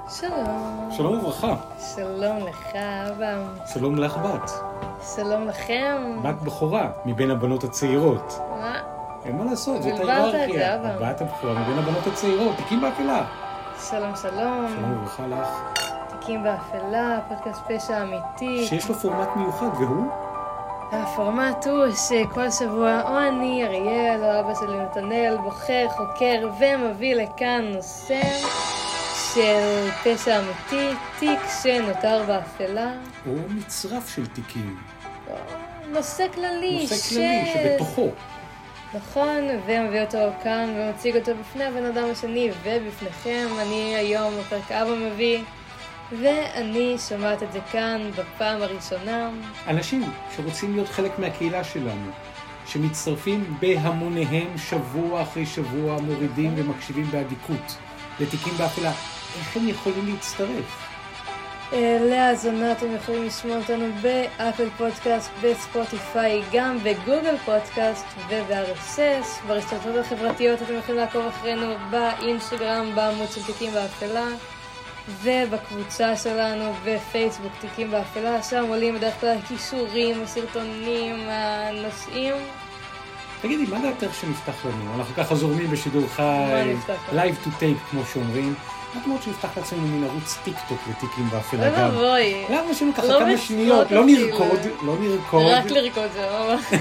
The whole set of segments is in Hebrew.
שלום. שלום וברכה. שלום לך, אבא. שלום לך בת. שלום לכם. בת בכורה מבין הבנות הצעירות. מה? אין מה לעשות, זאת בלבלת את זה, ההיררכיה. אבא. הבת הבכורה מבין הבנות הצעירות, תיקים באפלה. שלום, שלום. שלום וברכה לך. תיקים באפלה, פודקאסט פשע אמיתי. שיש לו פורמט מיוחד, והוא? הפורמט הוא שכל שבוע או אני, אריאל, או אבא שלי נתנאל, בוחר, חוקר ומביא לכאן נושא של פשע אמיתי, תיק שנותר באפלה. או מצרף של תיקים. או נושא כללי. נושא כללי שבתוכו. נכון, ומביא אותו כאן ומציג אותו בפני הבן אדם השני ובפניכם. אני היום בפרק אבא מביא, ואני שומעת את זה כאן בפעם הראשונה. אנשים שרוצים להיות חלק מהקהילה שלנו, שמצטרפים בהמוניהם שבוע אחרי שבוע, מורידים ומקשיבים באדיקות לתיקים באפלה. איך הם יכולים להצטרף? להאזנה אתם יכולים לשמוע אותנו באפל פודקאסט, בספוטיפיי, גם בגוגל פודקאסט וב-RSS. ברשתות החברתיות אתם יכולים לעקוב אחרינו באינסטגרם, בעמוד של תיקים באפלה, ובקבוצה שלנו בפייסבוק תיקים באפלה. שם עולים בדרך כלל קישורים, הסרטונים, הנושאים. תגידי, מה דעתך שנפתח לנו? אנחנו ככה זורמים בשידור חי, live to tape כמו שאומרים. מה אומרת שנפתח לעצמנו מן ערוץ טיק טוק ותיקים באפלה גם? בואי. למה יש לנו ככה כמה שניות? לא נרקוד. רק לרקוד זה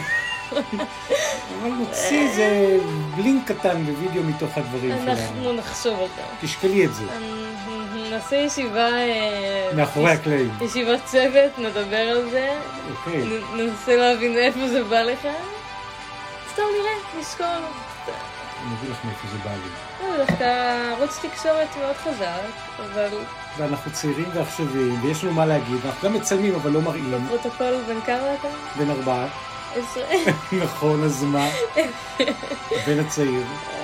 אבל נוציא איזה בלינק קטן בווידאו מתוך הדברים שלנו. אנחנו נחשוב על זה. תשקלי את זה. נעשה ישיבה... מאחורי הקלעים. ישיבת צוות, נדבר על זה. אוקיי. ננסה להבין איפה זה בא לך. סתם נראה, נשקול. אני אביא לך מאיפה זה בא לי. דווקא ערוץ תקשורת מאוד חזק, אבל... ואנחנו צעירים ועכשווים, ויש לנו מה להגיד, אנחנו גם מצלמים אבל לא מראים. בפרוטוקול בין כמה אתה? בין 4. 10. נכון, אז מה? בין הצעיר.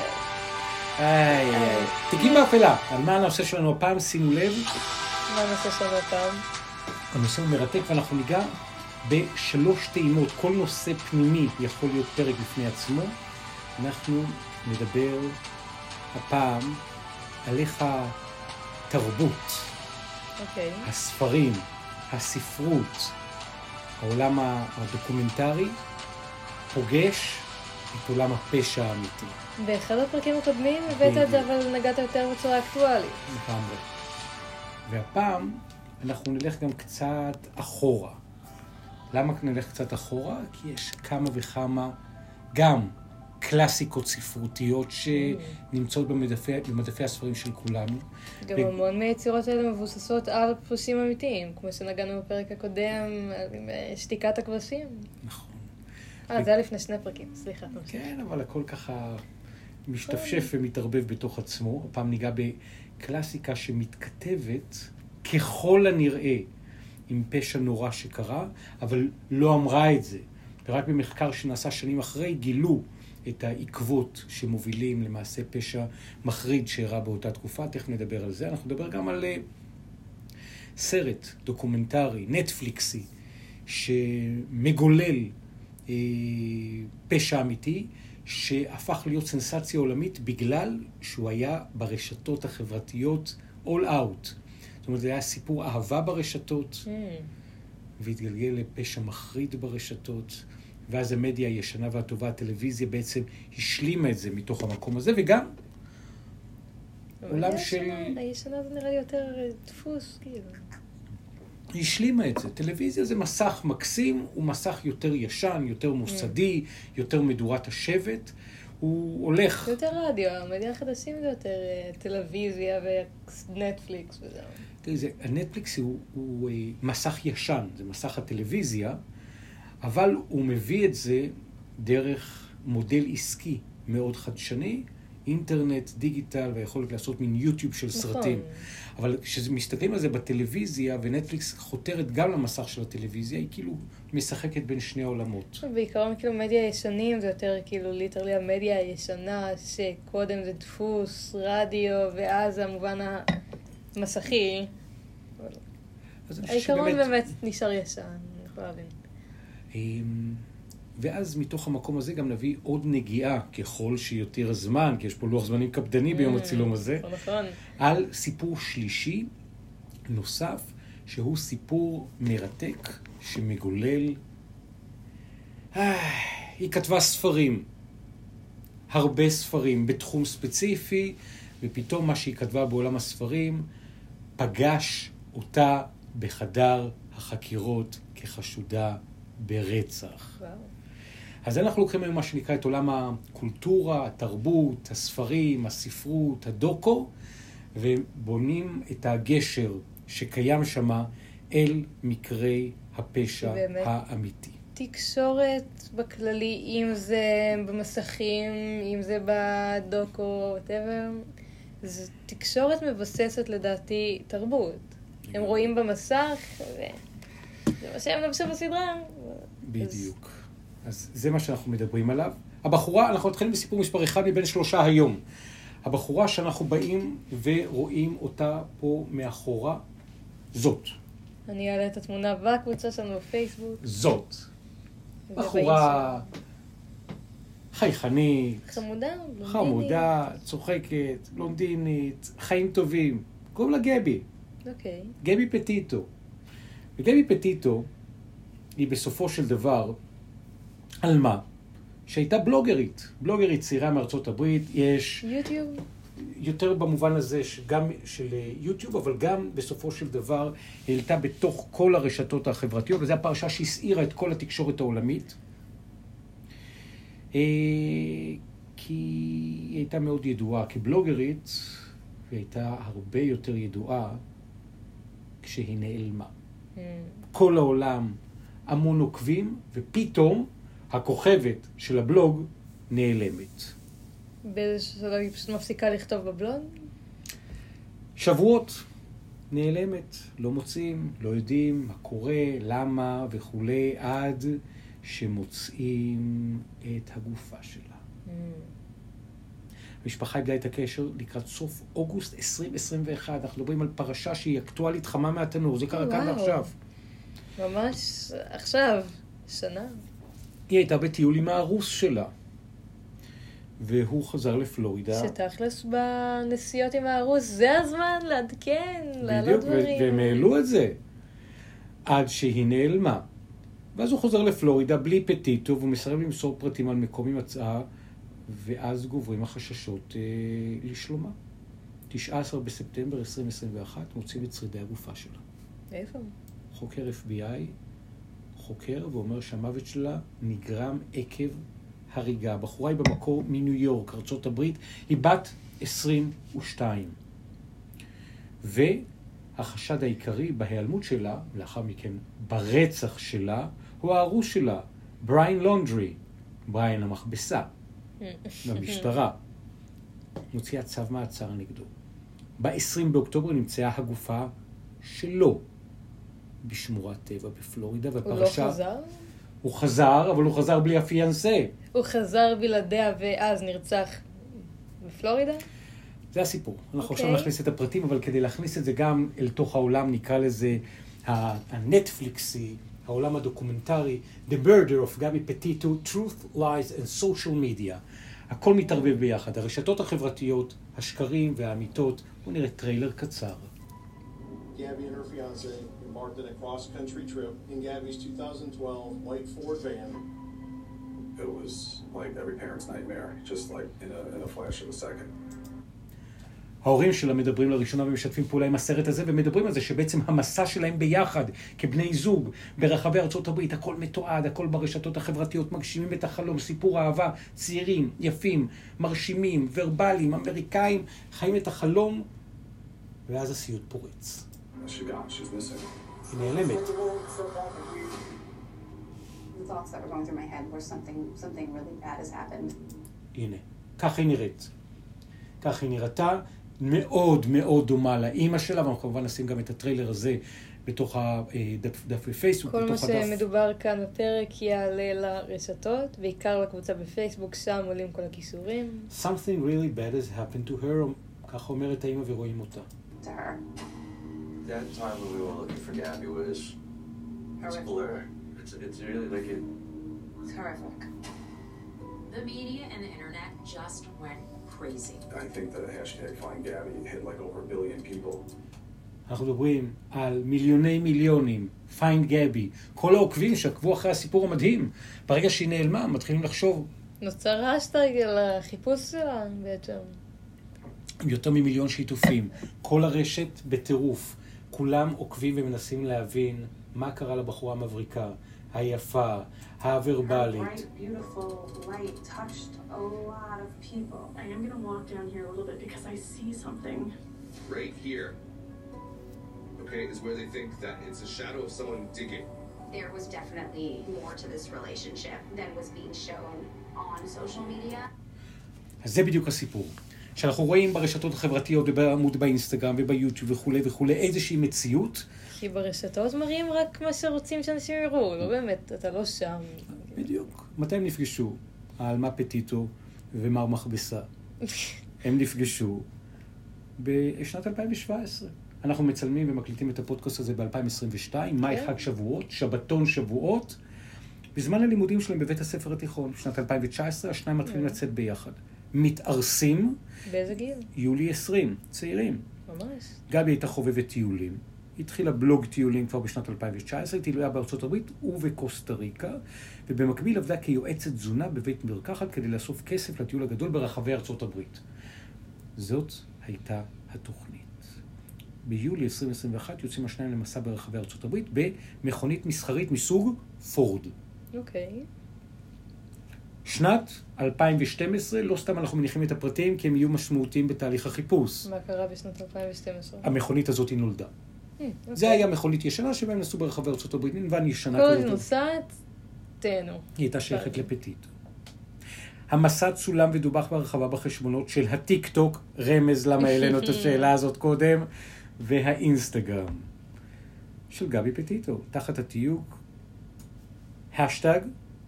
תיקים באפלה, על מה הנושא שלנו הפעם? שימו לב. מה הנושא שלנו הפעם? הנושא הוא מרתק ואנחנו ניגע בשלוש טעימות. כל נושא פנימי יכול להיות פרק בפני עצמו. אנחנו נדבר הפעם על איך התרבות, הספרים, הספרות, העולם הדוקומנטרי פוגש את עולם הפשע האמיתי. באחד הפרקים הקודמים הבאת את זה, אבל נגעת יותר בצורה אקטואלית. לגמרי. והפעם אנחנו נלך גם קצת אחורה. למה נלך קצת אחורה? כי יש כמה וכמה גם קלאסיקות ספרותיות שנמצאות במדפי הספרים של כולנו. גם המון מהיצירות האלה מבוססות על דפוסים אמיתיים, כמו שנגענו בפרק הקודם, עם שתיקת הכבשים. נכון. זה היה לפני 2 פרקים, סליחה. כן, אבל הכל ככה משתפשף ומתערבב בתוך עצמו. הפעם ניגע בקלאסיקה שמתכתבת ככל הנראה עם פשע נורא שקרה, אבל לא אמרה את זה. ורק במחקר שנעשה שנים אחרי גילו את העקבות שמובילים למעשה פשע מחריד שאירע באותה תקופה. תכף נדבר על זה. אנחנו נדבר גם על סרט דוקומנטרי, נטפליקסי, שמגולל פשע אמיתי, שהפך להיות סנסציה עולמית בגלל שהוא היה ברשתות החברתיות all out. זאת אומרת, זה היה סיפור אהבה ברשתות, והתגלגל לפשע מחריד ברשתות. ואז המדיה הישנה והטובה, הטלוויזיה בעצם השלימה את זה מתוך המקום הזה, וגם עולם של... הישנה זה נראה לי יותר דפוס, כאילו. היא השלימה את זה. טלוויזיה זה מסך מקסים, הוא מסך יותר ישן, יותר מוסדי, יותר מדורת השבט. הוא הולך... יותר רדיו, המדיה החדשים זה יותר טלוויזיה ונטפליקס וזהו. הנטפליקס הוא מסך ישן, זה מסך הטלוויזיה, אבל הוא מביא את זה דרך מודל עסקי מאוד חדשני, אינטרנט, דיגיטל, ויכולת לעשות מין יוטיוב של סרטים. אבל כשמסתכלים על זה בטלוויזיה, ונטפליקס חותרת גם למסך של הטלוויזיה, היא כאילו משחקת בין שני העולמות. בעיקרון כאילו מדיה ישנים, זה יותר כאילו ליטרלי המדיה הישנה, שקודם זה דפוס, רדיו, ואז המובן המסכי. העיקרון באמת נשאר ישן, אני יכולה להבין. ואז מתוך המקום הזה גם נביא עוד נגיעה, ככל שיותר הזמן, כי יש פה לוח זמנים קפדני ביום הצילום הזה, נכון. על סיפור שלישי נוסף, שהוא סיפור מרתק שמגולל. היא כתבה ספרים, הרבה ספרים בתחום ספציפי, ופתאום מה שהיא כתבה בעולם הספרים פגש אותה בחדר החקירות כחשודה ברצח. וואו. אז אנחנו לוקחים היום מה שנקרא את עולם הקולטורה, התרבות, הספרים, הספרות, הדוקו, ובונים את הגשר שקיים שם אל מקרי הפשע האמיתי. תקשורת בכללי, אם זה במסכים, אם זה בדוקו, whatever, זו תקשורת מבוססת לדעתי תרבות. הם רואים במסך, וזה מה שהם לבשו בסדרה. בדיוק. אז זה מה שאנחנו מדברים עליו. הבחורה, אנחנו מתחילים בסיפור מספר 1 מבין 3 היום. הבחורה שאנחנו באים ורואים אותה פה מאחורה, זאת. אני אעלה את התמונה בקבוצה שלנו בפייסבוק. זאת. בחורה חייכנית, חמודה, צוחקת, לונדינית, חיים טובים. קוראים לה גבי. אוקיי. גבי פטיטו. וגבי פטיטו היא בסופו של דבר על מה? שהייתה בלוגרית צעירה מארצות הברית. יש יוטיוב. יותר במובן הזה גם של יוטיוב, אבל גם בסופו של דבר העלתה בתוך כל הרשתות החברתיות, וזו הפרשה שהסעירה את כל התקשורת העולמית. כי היא הייתה מאוד ידועה כבלוגרית, והיא הייתה הרבה יותר ידועה כשהיא נעלמה. כל העולם המון עוקבים, ופתאום הכוכבת של הבלוג נעלמת. באיזשהו שלב היא פשוט מפסיקה לכתוב בבלוג? שבועות נעלמת, לא מוצאים, לא יודעים מה קורה, למה וכולי, עד שמוצאים את הגופה שלה. המשפחה איבדה את הקשר לקראת סוף אוגוסט 2021. אנחנו מדברים על פרשה שהיא אקטואלית, חמה מהתנור. זה קרה כאן ועכשיו. ממש עכשיו, שנה. היא הייתה בטיול עם הארוס שלה. והוא חזר לפלורידה. שתכלס בנסיעות עם הארוס, זה הזמן לעדכן, לעלות דברים. והם העלו את זה. עד שהיא נעלמה. ואז הוא חוזר לפלורידה בלי פטיטו, והוא מסרב למסור פרטים על מקום הימצאה, ואז גוברים החששות לשלומה. 19 בספטמבר 2021 מוצאים את שרידי הגופה שלה. איפה? חוקר FBI חוקר ואומר שהמוות שלה נגרם עקב הריגה. הבחורה היא במקור מניו יורק, ארצות הברית, היא בת 22. והחשד העיקרי בהיעלמות שלה, לאחר מכן ברצח שלה, הוא הארוס שלה, בריין לונדרי, בריין המכבסה, במשטרה. מוציאה צו מעצר נגדו. ב-20 באוקטובר נמצאה הגופה שלו בשמורת טבע בפלורידה. הוא לא חזר? הוא חזר, אבל הוא חזר בלי הפיאנסה. הוא חזר בלעדיה ואז נרצח בפלורידה? זה הסיפור. אנחנו עכשיו נכניס את הפרטים, אבל כדי להכניס את זה גם אל תוך העולם, נקרא לזה הנטפליקסי, העולם הדוקומנטרי, The Murder of Gabby Petito, Truth, Lies and Social Media. הכל מתערבב ביחד. הרשתות החברתיות, השקרים והאמיתות. בואו נראה טריילר קצר. Gabby and her fiancé embarked on a cross-country trip in Gabby's 2012 white Ford van. It was like every parent's nightmare, just like in a flash of a second. ההורים שלה מדברים לראשונה ומשתפים פעולה עם הסרט הזה, ומדברים על זה שבעצם המסע שלהם ביחד, כבני זוג, ברחבי ארצות הברית, הכל מתועד, הכל ברשתות החברתיות, מגשימים את החלום, סיפור אהבה, צעירים, יפים, מרשימים, ורבליים, אמריקאים, חיים את החלום, ואז הסיוט פורץ. היא נעלמת. הנה, כך היא נראית. כך היא נראתה. מאוד מאוד דומה לאמא שלה, ואנחנו כמובן נשים גם את הטריילר הזה בתוך הדף בפייסבוק. כל מה שמדובר כאן בפרק יעלה לרשתות, בעיקר לקבוצה בפייסבוק, שם עולים כל הכיסורים. Something really bad has happened to her, ככה אומרת האמא ורואים אותה. That time when we were looking for Gabby was it's blur. It's really like Terrific. The media and the internet just went crazy. I think that hashtag Find Gabby hit like over 1 billion people. אנחנו מדברים על מיליונים, Find Gabby, כל העוקבים שעקבו אחרי הסיפור המדהים. ברגע שהיא נעלמה, מתחילים לחשוב. נוצר השטג על החיפוש שלה בעצם. יותר מ1,000,000 שיתופים. כל הרשת בטירוף. כולם עוקבים ומנסים להבין מה קרה לבחורה המבריקה, היפה, הוורבלית. That bright, beautiful light touched a lot of people. I am going to walk down here a little bit because I see something. Right here, okay, is where they think that it's a shadow of someone digging. There was definitely more to this relationship than was being shown on social media. אז זה בדיוק הסיפור. שאנחנו רואים ברשתות החברתיות ובעמוד באינסטגרם וביוטיוב וכו' איזושהי מציאות. כי ברשתות מראים רק מה שרוצים שאנשים יראו, לא באמת, אתה לא שם. בדיוק. מתי הם נפגשו? האלמה פטיטו ומר מכבסה. הם נפגשו בשנת 2017. אנחנו מצלמים ומקליטים את הפודקאסט הזה ב-2022, מאי חג שבועות, שבתון שבועות, בזמן הלימודים שלהם בבית הספר התיכון, בשנת 2019, השניים מתחילים לצאת ביחד. מתארסים. באיזה גיל? יולי 20, צעירים. ממש. גבי הייתה חובבת טיולים. התחילה בלוג טיולים כבר בשנת 2019, טיולה בארצות הברית ובקוסטה ריקה, ובמקביל עבדה כיועצת תזונה בבית מרקחת כדי לאסוף כסף לטיול הגדול ברחבי ארצות הברית. זאת הייתה התוכנית. ביולי 2021 יוצאים השניים למסע ברחבי ארצות הברית במכונית מסחרית מסוג פורד. אוקיי. שנת 2012, לא סתם אנחנו מניחים את הפרטים, כי הם יהיו משמעותיים בתהליך החיפוש. מה קרה בשנת 2012? המכונית הזאת היא נולדה. זה היה מכונית ישנה שבה הם נסעו ברחבי ארצות הברית, ואני ישנה כל עוד נוסעת, תהנו. היא הייתה שייכת לפטיטו. המסע צולם ודובח ברחבה בחשבונות של הטיק טוק, רמז למה העלינו את השאלה הזאת קודם, והאינסטגרם של גבי פטיטו, תחת התיוג השטג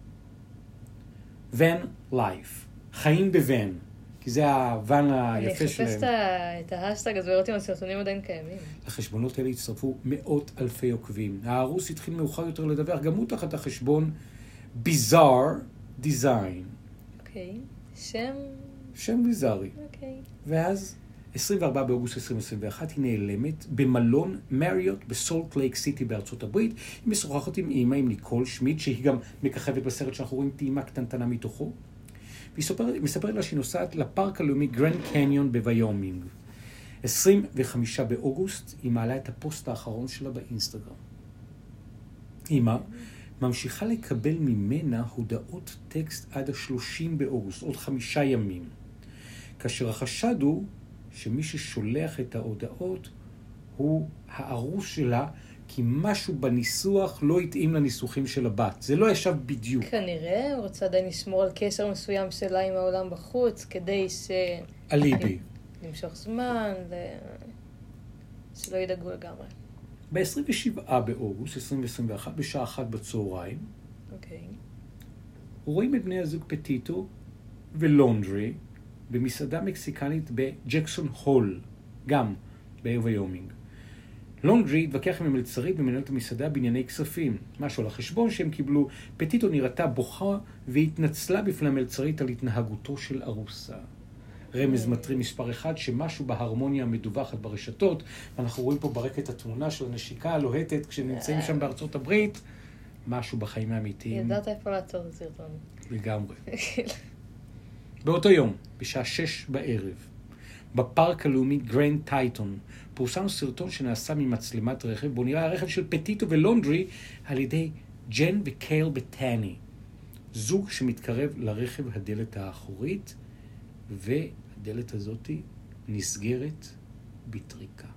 ון לייף, חיים בוון, כי זה הוון היפה שלהם. אני אחפש את ההשטג, אז לראות אם הסרטונים עדיין קיימים. לחשבונות האלה הצטרפו מאות אלפי עוקבים. הערוץ התחיל מאוחר יותר לדווח, גם הוא תחת החשבון Bizarre Design. אוקיי, שם ביזארי. אוקיי. ואז 24 באוגוסט 2021 היא נעלמת במלון מריוט בסולט לייק סיטי בארצות הברית. היא משוחחת עם אימא, עם ניקול שמיט, שהיא גם מככבת בסרט שאנחנו רואים טעימה קטנטנה מתוכו. והיא מספרת לה שהיא נוסעת לפארק הלאומי גרנד קניון בוויומינג. 25 באוגוסט היא מעלה את הפוסט האחרון שלה באינסטגרם. אימא ממשיכה לקבל ממנה הודעות טקסט עד ה-30 באוגוסט, עוד 5 ימים. כאשר החשד הוא שמי ששולח את ההודעות הוא הארוס שלה, כי משהו בניסוח לא התאים לניסוחים של הבת. זה לא ישב בדיוק. כנראה, הוא רוצה עדיין לשמור על קשר מסוים שלה עם העולם בחוץ, כדי אליבי. למשוך זמן, שלא ידאגו לגמרי. ב-27 באוגוסט 2021, בשעה 1 בצהריים, אוקיי. רואים את בני הזוג פטיטו ולונדרי במסעדה מקסיקנית בג'קסון הול, גם בעיר ויומינג. לונדרי התווכח עם המלצרית במנהלת המסעדה בענייני כספים, משהו על החשבון שהם קיבלו. פטיטו נראתה בוכה והתנצלה בפני המלצרית על התנהגותו של ארוסה. רמז מטרים מספר 1 שמשהו בהרמוניה המדווחת ברשתות, ואנחנו רואים פה ברקע את התמונה של הנשיקה הלוהטת כשנמצאים שם בארצות הברית, משהו בחיים האמיתיים. ידעת איפה לעצור את הסרטון. לגמרי. באותו יום, בשעה 6 בערב, בפארק הלאומי גרנד טייטון, פורסם סרטון שנעשה ממצלמת רכב, בו נראה הרכב של פטיטו ולונדרי על ידי ג'ן וקייל בטני, זוג שמתקרב לרכב הדלת האחורית, והדלת הזאת נסגרת בטריקה.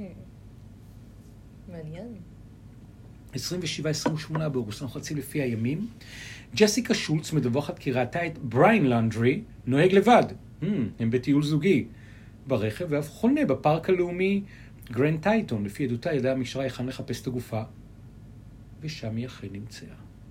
מעניין. 27-28 באוגוסט, אנחנו חצי לפי הימים, ג'סיקה שולץ מדווחת כי ראתה את בריין לונדרי נוהג לבד. הם בטיול זוגי ברכב, ואף חונה בפארק הלאומי גרנד טייטון. לפי עדותה ידעה המשטרה היכן לחפש את הגופה, ושם היא אכן נמצאה.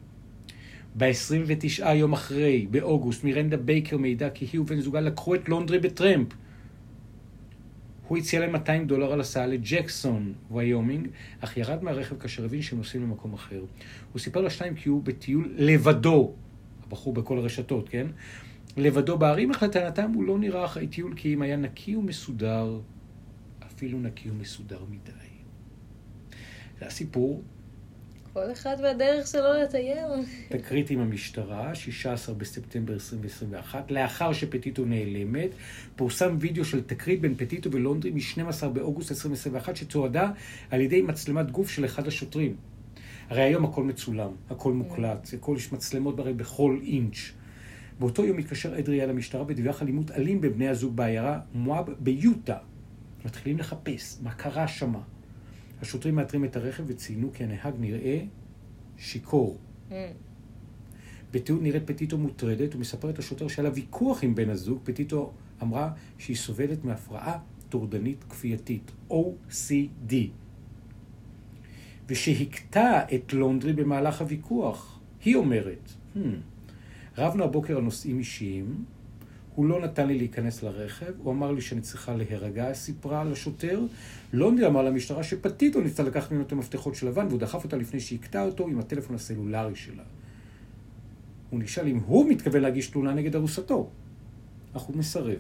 ב-29 יום אחרי, באוגוסט, מירנדה בייקר מעידה כי היא ובן זוגה לקחו את לונדרי בטרמפ. הוא הציע להם $200 על הסעה לג'קסון, ויומינג, אך ירד מהרכב כאשר הבין שהם נוסעים למקום אחר. הוא סיפר לשניים כי הוא בטיול לבדו בחרו בכל הרשתות, כן? לבדו בערים, אך לטענתם הוא לא נראה אחרי טיול כי אם היה נקי ומסודר, אפילו נקי ומסודר מדי. זה הסיפור. כל אחד והדרך שלו לטייל. תקרית עם המשטרה, 16 בספטמבר 2021, לאחר שפטיטו נעלמת, פורסם וידאו של תקרית בין פטיטו ולונדרי מ-12 באוגוסט 2021, שתועדה על ידי מצלמת גוף של אחד השוטרים. הרי היום הכל מצולם, הכל מוקלט, הכל יש מצלמות הרי בכל אינץ'. באותו יום מתקשר אדריה למשטרה בדיווח אלימות אלים בבני הזוג בעיירה מואב ביוטה. מתחילים לחפש מה קרה שמה. השוטרים מאתרים את הרכב וציינו כי הנהג נראה שיקור. בתיעוד נראית פטיטו מוטרדת, ומספרת לשוטר שהיה לה ויכוח עם בן הזוג. פטיטו אמרה שהיא סובלת מהפרעה טורדנית כפייתית, OCD, ושהקטע את לונדרי במהלך הוויכוח. היא אומרת, רבנו הבוקר על נושאים אישיים, הוא לא נתן לי להיכנס לרכב, הוא אמר לי שאני צריכה להירגע, סיפרה לשוטר. לונדרי אמר למשטרה שפטיטו ניסתה לקחת ממנו את המפתחות של לבן, והוא דחף אותה לפני שהקטע אותו עם הטלפון הסלולרי שלה. הוא נשאל אם הוא מתכוון להגיש תלונה נגד ארוסתו, אך הוא מסרב.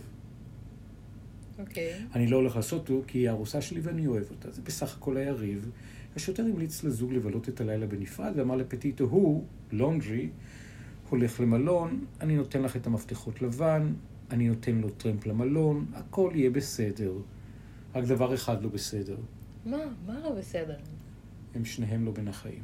אני לא הולך לעשות לו כי היא הארוסה שלי ואני אוהב אותה. זה בסך הכל היה ריב. השוטר המליץ לזוג לבלות את הלילה בנפרד, ואמר לפטיטו, הוא, לונדרי, הולך למלון, אני נותן לך את המפתחות לבן, אני נותן לו טרמפ למלון, הכל יהיה בסדר. רק דבר אחד לא בסדר. מה לא בסדר? הם שניהם לא בין החיים.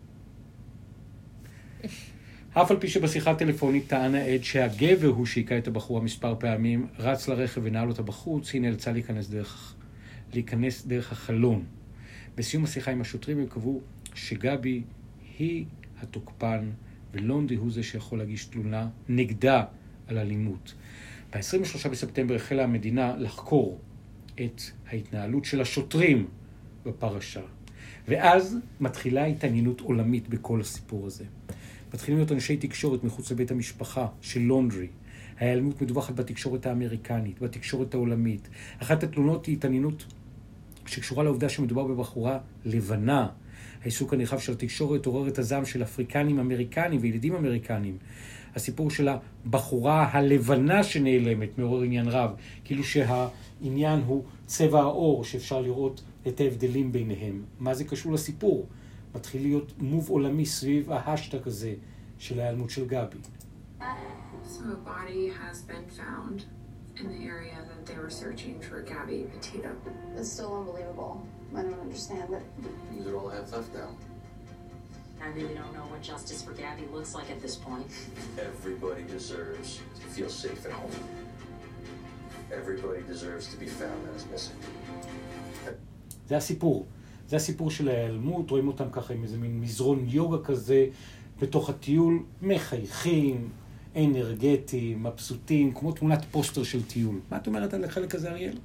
אף על פי שבשיחה טלפונית טען העד שהגבר הוא שהיכה את הבחורה מספר פעמים, רץ לרכב ונעל אותה בחוץ, היא נאלצה להיכנס דרך החלון. בסיום השיחה עם השוטרים הם קבעו שגבי היא התוקפן, ולונדרי הוא זה שיכול להגיש תלונה נגדה על אלימות. ב-23 בספטמבר החלה המדינה לחקור את ההתנהלות של השוטרים בפרשה. ואז מתחילה התעניינות עולמית בכל הסיפור הזה. מתחילים להיות אנשי תקשורת מחוץ לבית המשפחה של לונדרי. ההיעלמות מדווחת בתקשורת האמריקנית, בתקשורת העולמית. אחת התלונות היא התעניינות שקשורה לעובדה שמדובר בבחורה לבנה. העיסוק הנרחב של התקשורת עורר את הזעם של אפריקנים אמריקנים וילידים אמריקנים. הסיפור של הבחורה הלבנה שנעלמת מעורר עניין רב, כאילו שהעניין הוא צבע האור, שאפשר לראות את ההבדלים ביניהם. מה זה קשור לסיפור? מתחיל להיות מוב עולמי סביב ההשטג הזה של ההיעלמות של גבי. So a body has been found in the area that they were searching for Gabby Petito. It's still unbelievable. I don't understand it. These are all I have left now. I really don't know what justice for Gabby looks like at this point. Everybody deserves to feel safe at home. Everybody deserves to be found as missing. זה הסיפור. זה הסיפור של ההיעלמות. רואים אותם ככה עם איזה מין מזרון יוגה כזה בתוך הטיול. מחייכים, אנרגטיים, מבסוטים, כמו תמונת פוסטר של טיול. מה את אומרת על החלק הזה, אריאל?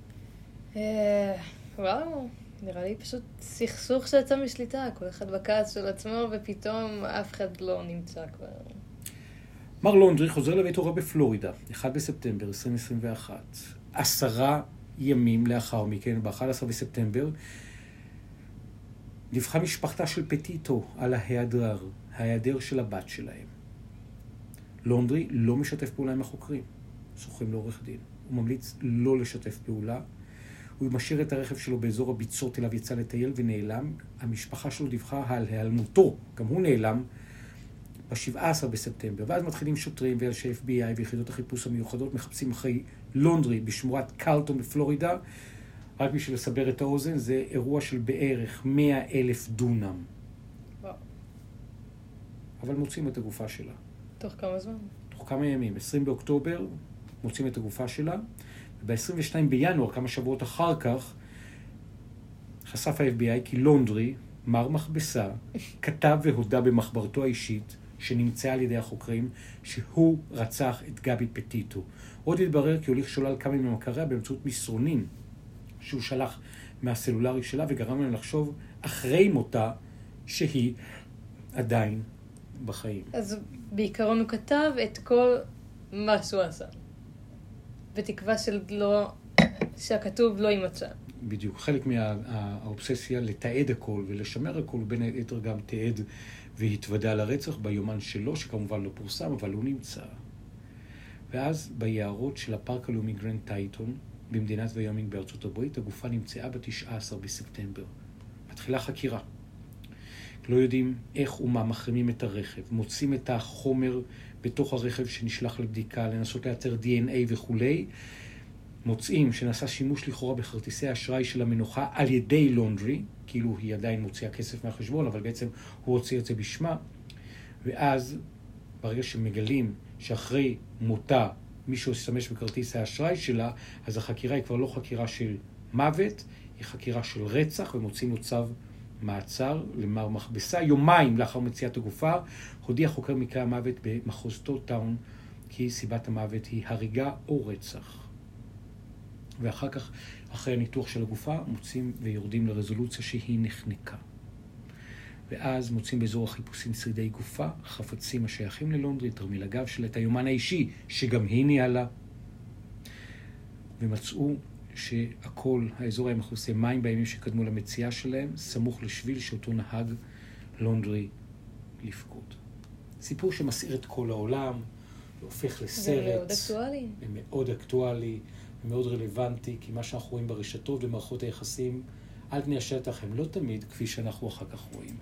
וואו, נראה לי פשוט סכסוך שיצא משליטה. כל אחד בכעס של עצמו, ופתאום אף אחד לא נמצא כבר. מר לונדרי חוזר לבית הוריו בפלורידה, 1 בספטמבר 2021. 10 ימים לאחר מכן, ב-11 בספטמבר, דיווחה משפחתה של פטיטו על ההיעדר של הבת שלהם. לונדרי לא משתף פעולה עם החוקרים, שוכרים לעורך דין. הוא ממליץ לא לשתף פעולה. הוא משאיר את הרכב שלו באזור הביצות אליו יצא לטייל ונעלם. המשפחה שלו דיווחה על היעלמותו, גם הוא נעלם, ב-17 בספטמבר. ואז מתחילים שוטרים ואנשי FBI ויחידות החיפוש המיוחדות מחפשים אחרי לונדרי בשמורת קרלטון בפלורידה. רק בשביל לסבר את האוזן, זה אירוע של בערך 100,000 דונם. וואו. אבל מוצאים את הגופה שלה. תוך כמה זמן? תוך כמה ימים. 20 באוקטובר מוצאים את הגופה שלה, וב-22 בינואר, כמה שבועות אחר כך, חשף ה-FBI כי לונדרי, מר מכבסה, כתב והודה במחברתו האישית, שנמצאה על ידי החוקרים, שהוא רצח את גבי פטיטו. עוד התברר כי הוליך שולל כמה ממכריה באמצעות מסרונים, שהוא שלח מהסלולרי שלה, וגרם להם לחשוב אחרי מותה שהיא עדיין בחיים. אז בעיקרון הוא כתב את כל מה שהוא עשה. בתקווה שהכתוב לא יימצא. בדיוק. חלק מהאובססיה לתעד הכל ולשמר הכל, בין היתר גם תעד והתוודע לרצח ביומן שלו, שכמובן לא פורסם, אבל הוא נמצא. ואז ביערות של הפארק הלאומי גרנד טייטון, במדינת ויומינג בארצות הברית, הגופה נמצאה ב-19 בספטמבר. מתחילה חקירה. לא יודעים איך ומה, מחרימים את הרכב, מוצאים את החומר בתוך הרכב שנשלח לבדיקה, לנסות לייצר DNA וכו'. מוצאים שנעשה שימוש לכאורה בכרטיסי אשראי של המנוחה על ידי לונדרי, כאילו היא עדיין מוציאה כסף מהחשבון, אבל בעצם הוא הוציא את זה בשמה. ואז, ברגע שמגלים שאחרי מותה מישהו ישתמש בכרטיס האשראי שלה, אז החקירה היא כבר לא חקירה של מוות, היא חקירה של רצח, ומוצאים לו צו מעצר למר מכבסה. יומיים לאחר מציאת הגופה, הודיע חוקר מקרה המוות במחוז טאון, כי סיבת המוות היא הריגה או רצח. ואחר כך, אחרי הניתוח של הגופה, מוצאים ויורדים לרזולוציה שהיא נחנקה. ואז מוצאים באזור החיפושים שרידי גופה, חפצים השייכים ללונדרי, תרמיל הגב שלה, את היומן האישי, שגם היא ניהלה. ומצאו שהכל, האזור היה מכוסה מים בימים שקדמו למציאה שלהם, סמוך לשביל שאותו נהג לונדרי לפקוד. סיפור שמסעיר את כל העולם, והופך לסרט. זה מאוד אקטואלי. מאוד אקטואלי, מאוד רלוונטי, כי מה שאנחנו רואים ברשתות ומערכות היחסים, על פני השטח הם לא תמיד כפי שאנחנו אחר כך רואים.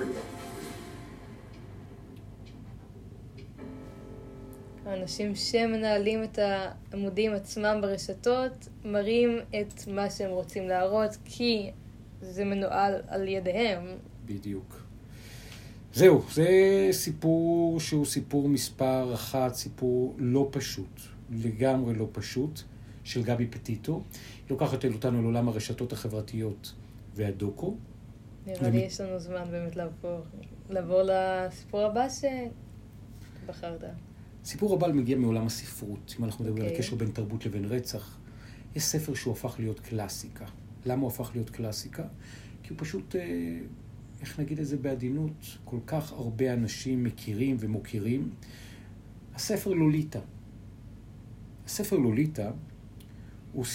האנשים שמנהלים את העמודים עצמם ברשתות מראים את מה שהם רוצים להראות, כי זה מנוהל על ידיהם. בדיוק. זהו, זה סיפור שהוא סיפור מספר 1, סיפור לא פשוט, לגמרי לא פשוט, של גבי פטיטו. היא לוקחת אותנו לעולם הרשתות החברתיות והדוקו. נראה לי יש לנו זמן באמת לעבור לסיפור הבא שבחרת. סיפור הבא מגיע מעולם הספרות. אם אנחנו מדברים על הקשר בין תרבות לבין רצח, יש ספר שהוא הפך להיות קלאסיקה. למה הוא הפך להיות קלאסיקה? כי הוא פשוט, איך נגיד את זה בעדינות, כל כך הרבה אנשים מכירים ומוכירים. הספר לוליטה. הספר לוליטה הוא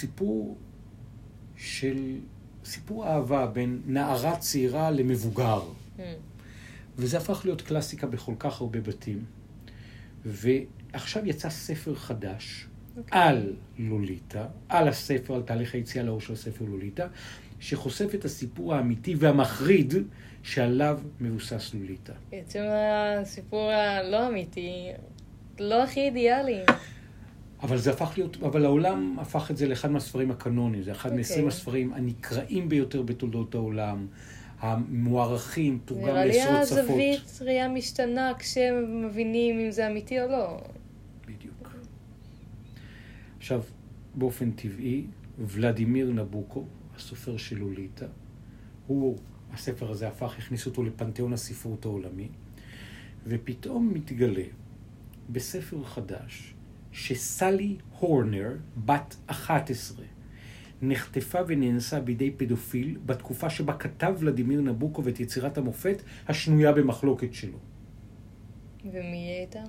סיפור אהבה בין נערה צעירה למבוגר. וזה הפך להיות קלאסיקה בכל כך הרבה בתים. ועכשיו יצא ספר חדש על לוליטה, על הספר, על תהליך היציאה לאור של הספר לוליטה, שחושף את הסיפור האמיתי והמחריד שעליו מבוסס לוליטה. בעצם הסיפור הלא אמיתי, לא הכי אידיאלי. אבל העולם הפך את זה לאחד מהספרים הקנונים, זה אחד מ-20 הספרים הנקראים ביותר בתולדות העולם, המוערכים, תורגם לעשרות שפות. נראה לי הזווית ראייה משתנה כשהם מבינים אם זה אמיתי או לא. בדיוק. עכשיו, באופן טבעי, ולדימיר נבוקו, הסופר של לוליטה, הספר הזה הכניס אותו לפנתיאון הספרות העולמי, ופתאום מתגלה בספר חדש, שסלי הורנר, בת 11, נחטפה ונאנסה בידי פדופיל בתקופה שבה כתב ולדימיר נבוקוב את יצירת המופת השנויה במחלוקת שלו. ומי יהיה איתה?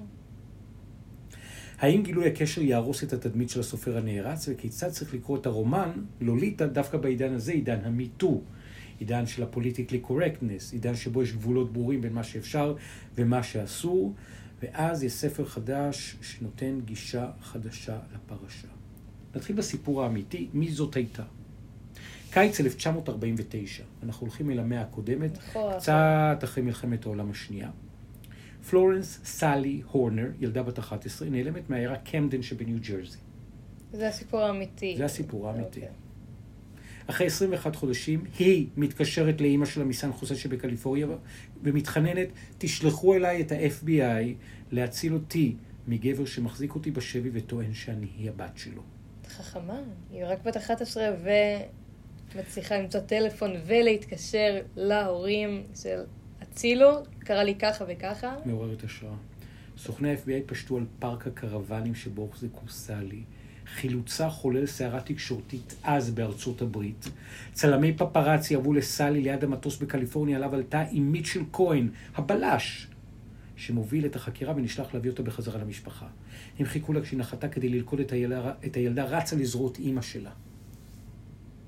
האם גילוי הקשר יהרוס את התדמית של הסופר הנערץ, וכיצד צריך לקרוא את הרומן לוליטה דווקא בעידן הזה, עידן המיטו, עידן של הפוליטיקלי קורקטנס, עידן שבו יש גבולות ברורים בין מה שאפשר ומה שאסור, ואז יש ספר חדש שנותן גישה חדשה לפרשה. נתחיל בסיפור האמיתי, מי זאת הייתה? קיץ 1949, אנחנו הולכים אל המאה הקודמת, קצת אחרי מלחמת העולם השנייה. פלורנס סלי הורנר, ילדה בת 11, נעלמת מהעיירה קמדן שבניו ג'רזי. זה הסיפור האמיתי. זה הסיפור האמיתי. אחרי 21 חודשים, היא מתקשרת לאמא שלה מסן חוסה שבקליפורניה, ומתחננת, תשלחו אליי את ה-FBI להציל אותי מגבר שמחזיק אותי בשבי וטוען שאני היא הבת שלו. חכמה, היא רק בת 11 ומצליחה למצוא טלפון ולהתקשר להורים של הצילו, קרה לי ככה וככה. מעוררת השראה. סוכני ה-FBI פשטו על פארק הקרוונים שבו הוחזקו סלי, חילוצה חולל סערה תקשורתית אז בארצות הברית. צלמי פפרצי עברו לסלי ליד המטוס בקליפורניה עליו עלתה עם מיטשל כהן, הבלש, שמוביל את החקירה ונשלח להביא אותה בחזרה למשפחה. הם חיכו לה כשהיא נחתה כדי ללכוד את הילדה רצה לזרות אמא שלה.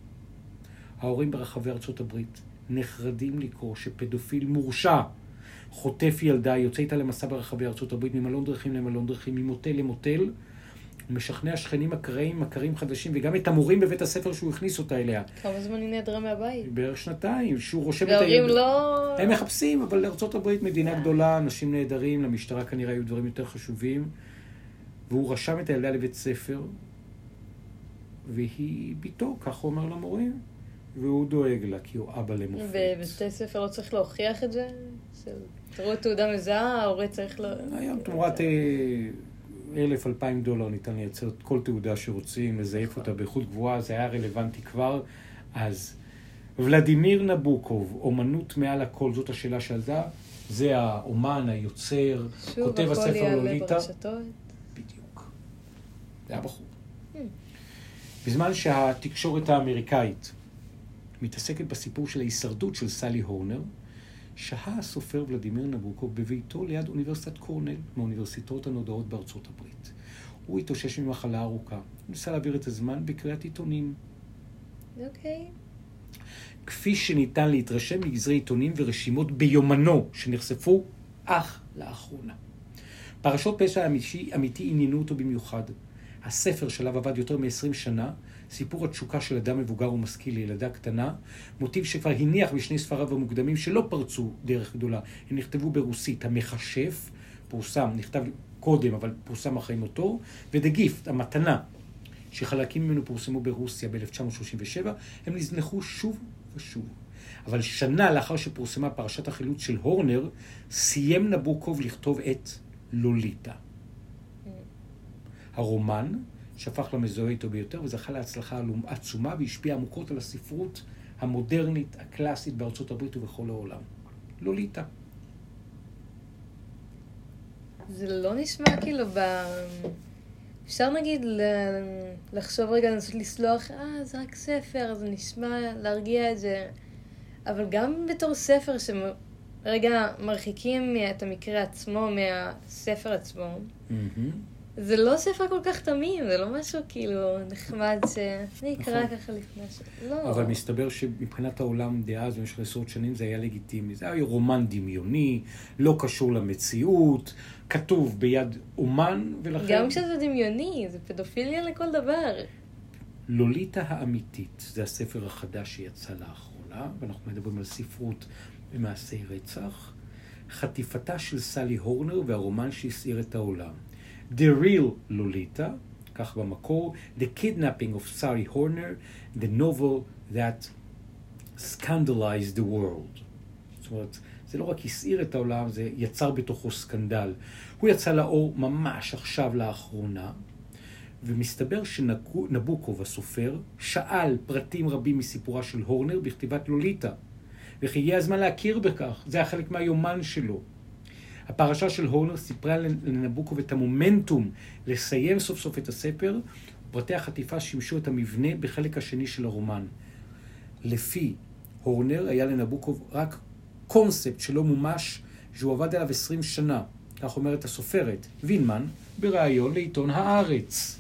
ההורים ברחבי ארצות הברית נחרדים לקרוא שפדופיל מורשע חוטף ילדה, יוצא איתה למסע ברחבי ארצות הברית, ממלון דרכים למלון דרכים, ממוטל למוטל, הוא משכנע שכנים אקראיים, מכרים חדשים, וגם את המורים בבית הספר שהוא הכניס אותה אליה. כמה זמן היא נעדרה מהבית? בערך שנתיים, שהוא רושם את וההורים לא... הם מחפשים, אבל לארצות הברית מדינה גדולה, אנשים נהדרים, למשטרה כנראה היו דברים יותר חשובים, והוא רשם את הילדה לבית ספר, והיא ביתו, כך הוא אומר למורים, והוא דואג לה, כי הוא אבא למופת. ובבתי ספר לא צריך להוכיח את זה? תראו תעודה מזהה, ההורה צריך לא... היום תמורת $1,000-2,000 ניתן לייצר כל תעודה שרוצים, לזייף אותה באיכות גבוהה, זה היה רלוונטי כבר. אז ולדימיר נבוקוב, אומנות מעל הכל, זאת השאלה שעלתה, זה האומן, היוצר, כותב הספר לוליטה. בדיוק. זה היה בחור. בזמן שהתקשורת האמריקאית מתעסקת בסיפור של ההישרדות של סלי הורנר, שהה הסופר ולדימיר נבוקוב בביתו ליד אוניברסיטת קורנל, מהאוניברסיטאות הנודעות בארצות הברית. הוא התאושש ממחלה ארוכה. הוא ניסה להעביר את הזמן בקריאת עיתונים. אוקיי. כפי שניתן להתרשם מגזרי עיתונים ורשימות ביומנו שנחשפו אך לאחרונה. פרשות פשע אמיתי עניינו אותו במיוחד. הספר שלו עבד יותר מ-20 שנה, סיפור התשוקה של אדם מבוגר ומשכיל לילדה קטנה, מוטיב שכבר הניח בשני ספריו המוקדמים שלא פרצו דרך גדולה. הם נכתבו ברוסית. המכשף פורסם, נכתב קודם, אבל פורסם אחרי מותו, ו-The Gift, המתנה, שחלקים ממנו פורסמו ברוסיה ב-1937, הם נזנחו שוב ושוב. אבל שנה לאחר שפורסמה פרשת החילוץ של הורנר, סיים נבוקוב לכתוב את לוליטה. הרומן שהפך למזוהה איתו ביותר וזכה להצלחה עצומה והשפיע עמוקות על הספרות המודרנית, הקלאסית בארצות הברית ובכל העולם. לוליטה. זה לא נשמע כאילו אפשר נגיד לחשוב רגע, לנסות לסלוח, זה רק ספר, זה נשמע להרגיע את זה. אבל גם בתור ספר שרגע מרחיקים את המקרה עצמו מהספר עצמו, זה לא ספר כל כך תמים, זה לא משהו כאילו נחמד שאני אקרא ככה לפני לא. אבל מסתבר שמבחינת העולם דאז במשך עשרות שנים זה היה לגיטימי. זה היה רומן דמיוני, לא קשור למציאות, כתוב ביד אומן, ולכן... גם כשזה דמיוני, זה פדופיליה לכל דבר. לוליטה האמיתית, זה הספר החדש שיצא לאחרונה, ואנחנו מדברים על ספרות במעשי רצח. חטיפתה של סלי הורנר והרומן שהסעיר את העולם. The Real Lolita, כך במקור, The Kidnapping of Sally Horner, The Novel That Scandalized the World. זאת אומרת, זה לא רק הסעיר את העולם, זה יצר בתוכו סקנדל. הוא יצא לאור ממש עכשיו לאחרונה, ומסתבר שנבוקוב הסופר שאל פרטים רבים מסיפורה של הורנר בכתיבת לוליטה, וכי הגיע הזמן להכיר בכך, זה היה חלק מהיומן שלו. הפרשה של הורנר סיפרה לנבוקוב את המומנטום לסיים סוף סוף את הספר, ופרטי החטיפה שימשו את המבנה בחלק השני של הרומן. לפי הורנר היה לנבוקוב רק קונספט שלא מומש, שהוא עבד עליו 20 שנה, כך אומרת הסופרת וינמן בראיון לעיתון הארץ.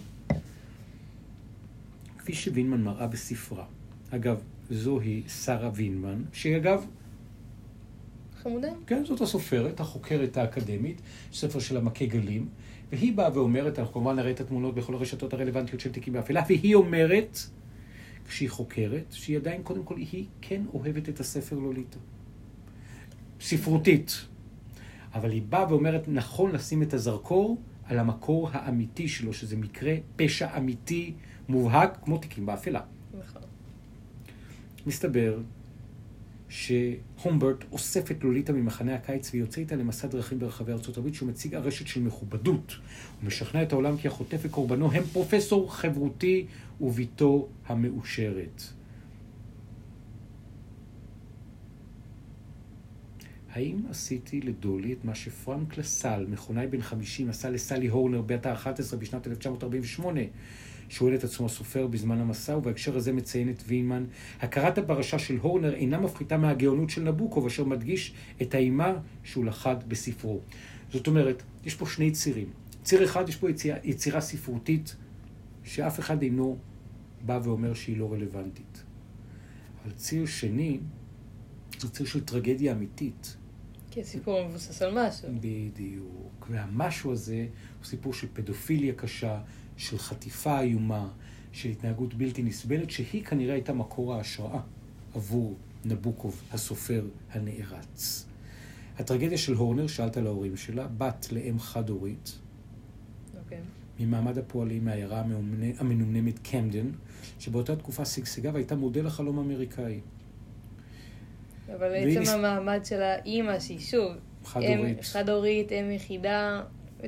כפי שווינמן מראה בספרה. אגב, זוהי שרה וינמן, שהיא אגב חמודה. כן, זאת הסופרת, החוקרת האקדמית, ספר של המכה גלים, והיא באה ואומרת, אנחנו כמובן נראה את התמונות בכל הרשתות הרלוונטיות של תיקים באפלה, והיא אומרת, כשהיא חוקרת, שהיא עדיין קודם כל, היא כן אוהבת את הספר לוליטה. ספרותית. אבל היא באה ואומרת, נכון לשים את הזרקור על המקור האמיתי שלו, שזה מקרה פשע אמיתי מובהק, כמו תיקים באפלה. נכון. מסתבר שהומברט אוסף את לוליטה ממחנה הקיץ ויוצא איתה למסע דרכים ברחבי ארצות הברית, שהוא מציג הרשת של מכובדות. הוא משכנע את העולם כי החוטף וקורבנו הם פרופסור חברותי וביתו המאושרת. האם עשיתי לדולי את מה שפרנק לסל, מכונאי בן 50, עשה לסלי הורנר בת ה-11 בשנת 1948, שואל את עצמו הסופר בזמן המסע, ובהקשר הזה מציין את וינמן, הכרת הפרשה של הורנר אינה מפחיתה מהגאונות של נבוקוב, אשר מדגיש את האימה שהוא לחד בספרו. זאת אומרת, יש פה שני צירים. ציר אחד, יש פה יצירה ספרותית, שאף אחד אינו בא ואומר שהיא לא רלוונטית. אבל ציר שני, זה ציר של טרגדיה אמיתית. כי הסיפור מבוסס על משהו. בדיוק. והמשהו הזה הוא סיפור של פדופיליה קשה, של חטיפה איומה, של התנהגות בלתי נסבלת, שהיא כנראה הייתה מקור ההשראה עבור נבוקוב, הסופר הנערץ. הטרגדיה של הורנר, שאלת על ההורים שלה, בת לאם חד-הורית, ממעמד הפועלים מהעיירה המנומנמת קמדן, שבאותה תקופה שגשגה והייתה מודל החלום האמריקאי. אבל בעצם המעמד של האימא, שהיא שוב, חד-הורית, אם יחידה,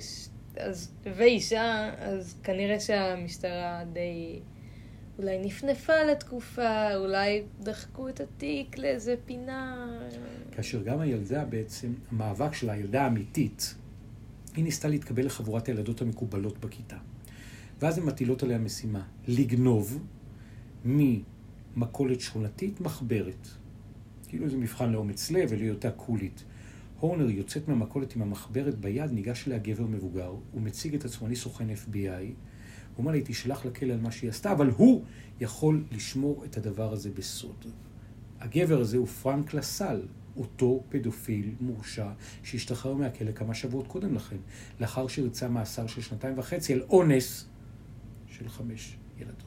ואישה, אז כנראה שהמשטרה די אולי נפנפה לתקופה, אולי דחקו את התיק לאיזה פינה. כאשר גם הילדה בעצם, המאבק של הילדה האמיתית, היא ניסתה להתקבל לחבורת הילדות המקובלות בכיתה. ואז הן מטילות עליה משימה, לגנוב ממכולת שכונתית מחברת. כאילו זה מבחן לאומץ לב ולהיותה קולית. הורנר יוצאת מהמכולת עם המחברת ביד, ניגש אליה גבר מבוגר, הוא מציג את עצמו, אני סוכן FBI, הוא אומר לה, היא תשלח לכלא על מה שהיא עשתה, אבל הוא יכול לשמור את הדבר הזה בסוד. הגבר הזה הוא פרנק לסל, אותו פדופיל מורשע שהשתחרר מהכלא כמה שבועות קודם לכן, לאחר שריצה מאסר של 2.5 על אונס של 5 ילדות.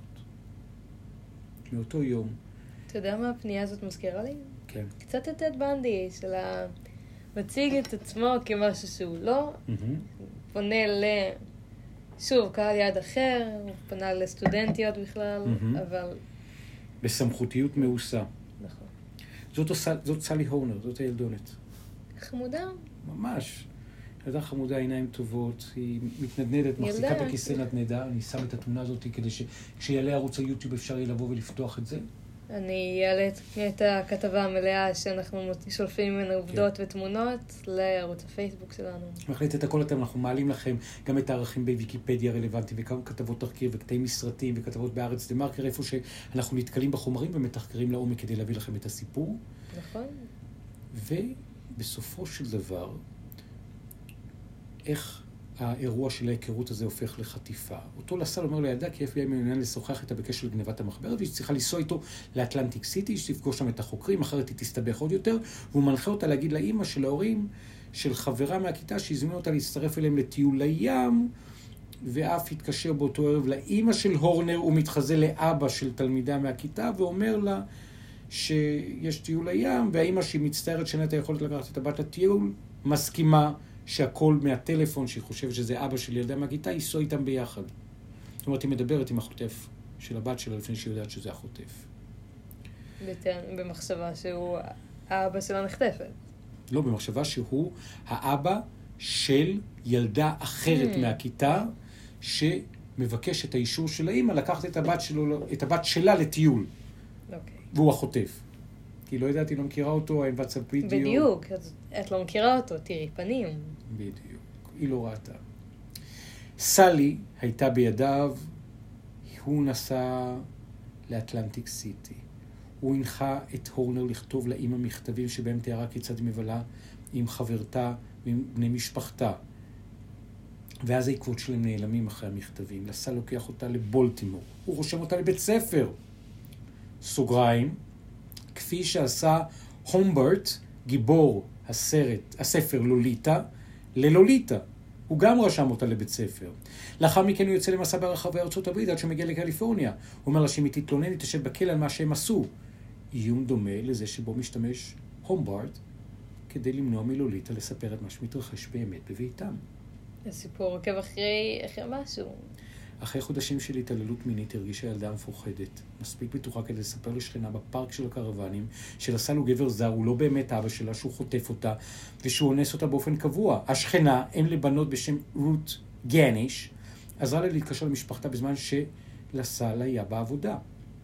מאותו יום. אתה יודע מה הפנייה הזאת מזכירה לי? כן. קצת את טד בנדי, מציג את עצמו כמשהו שהוא לא, פונה שוב, קהל יד אחר, הוא פנה לסטודנטיות בכלל, אבל... בסמכותיות מעושה. נכון. זאת סלי הורנר, זאת הילדונת. חמודה. ממש. ילדה חמודה, עיניים טובות, היא מתנדנדת, מחזיקה בכיסא נדנדה, אני שם את התמונה הזאת כדי שכשיעלה ערוץ היוטיוב אפשר יהיה לבוא ולפתוח את זה. אני אעלה את הכתבה המלאה שאנחנו שולפים ממנה עובדות ותמונות לערוץ הפייסבוק שלנו. מחליט את הכל אנחנו מעלים לכם גם את הערכים בוויקיפדיה רלוונטיים וכמה כתבות תחקיר וקטעים מסרטים וכתבות בארץ דה מרקר, איפה שאנחנו נתקלים בחומרים ומתחקרים לעומק כדי להביא לכם את הסיפור. נכון. ובסופו של דבר, איך האירוע של ההיכרות הזה הופך לחטיפה. אותו לסל אומר לילדה כי FBI מעוניין לשוחח איתה בקשר לגנבת המחברת, והיא צריכה לנסוע איתו לאטלנטיק סיטי, שתפגוש שם את החוקרים, אחרת היא תסתבך עוד יותר, והוא מנחה אותה להגיד לאמא של ההורים, של חברה מהכיתה, שהזמינו אותה להצטרף אליהם לטיול לים, ואף התקשר באותו ערב לאמא של הורנר, הוא מתחזה לאבא של תלמידה מהכיתה, ואומר לה שיש טיול לים, והאמא שהיא מצטערת שאין את היכולת לקחת את הבת לטיול, מסכימה שהכל מהטלפון, שהיא חושבת שזה אבא של ילדה מהכיתה, ייסעו איתם ביחד. זאת אומרת, היא מדברת עם החוטף של הבת שלה לפני שהיא יודעת שזה החוטף. במחשבה שהוא האבא שלה נחטפת. לא, במחשבה שהוא האבא של ילדה אחרת מהכיתה, שמבקש את האישור של האמא לקחת את הבת שלה לטיול. והוא החוטף. כי לא יודעת, היא לא מכירה אותו, אין וואטסאפ וידאו. בדיוק, את לא מכירה אותו, תראי פנים. בדיוק, היא לא ראתה. סלי הייתה בידיו, הוא נסע לאטלנטיק סיטי. הוא הנחה את הורנר לכתוב לאמא מכתבים שבהם תיארה כיצד היא מבלה עם חברתה ועם בני משפחתה. ואז העקבות שלהם נעלמים אחרי המכתבים. לסל לוקח אותה לבולטימור. הוא רושם אותה לבית ספר. סוגריים. כפי שעשה הומברט, גיבור הספר לוליטה, ללוליטה. הוא גם רשם אותה לבית ספר. לאחר מכן הוא יוצא למסע ברחבי ארצות הברית עד שמגיע לקליפורניה. הוא אומר לה שאם היא תתלונן, היא תשב בכלא על מה שהם עשו. איום דומה לזה שבו משתמש הומברט כדי למנוע מלוליטה לספר את מה שמתרחש באמת בביתם. הסיפור עוקב אחרי משהו. אחרי חודשים של התעללות מינית הרגישה ילדה מפוחדת, מספיק בטוחה כדי לספר לשכנה בפארק של הקרוונים, שלסל הוא גבר זר, הוא לא באמת אבא שלה, שהוא חוטף אותה, ושהוא אונס אותה באופן קבוע. השכנה, אם לבנות בשם רות גניש, עזרה לה להתקשר למשפחתה בזמן שלסל היה בעבודה.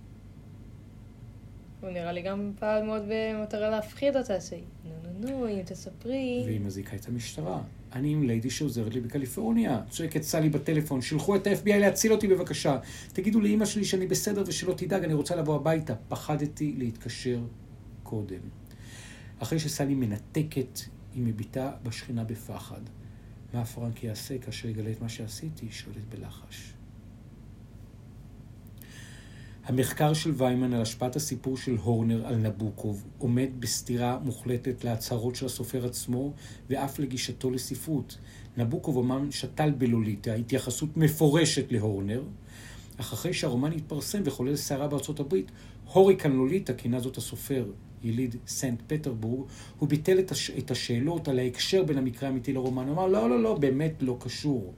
הוא נראה לי גם פעל מאוד במטרה להפחיד אותה, נו, אם תספרי. והיא מזיקה את המשטרה. אני עם ליידי שעוזרת לי בקליפורניה. צועקת סלי בטלפון, שלחו את ה-FBI להציל אותי בבקשה. תגידו לאמא שלי שאני בסדר ושלא תדאג, אני רוצה לבוא הביתה. פחדתי להתקשר קודם. אחרי שסלי מנתקת, היא מביטה בשכנה בפחד. מה פרנק יעשה כאשר יגלה את מה שעשיתי? היא שואלת בלחש. המחקר של ויימן על השפעת הסיפור של הורנר על נבוקוב עומד בסתירה מוחלטת להצהרות של הסופר עצמו ואף לגישתו לספרות. נבוקוב אומנם שתל בלוליטה, התייחסות מפורשת להורנר, אך אחרי שהרומן התפרסם וחולל סערה בארצות הברית, הוריקן לוליטה, כינה זאת הסופר יליד סנט פטרבורג, הוא ביטל את השאלות על ההקשר בין המקרה האמיתי לרומן. הוא אמר, לא, באמת לא קשור.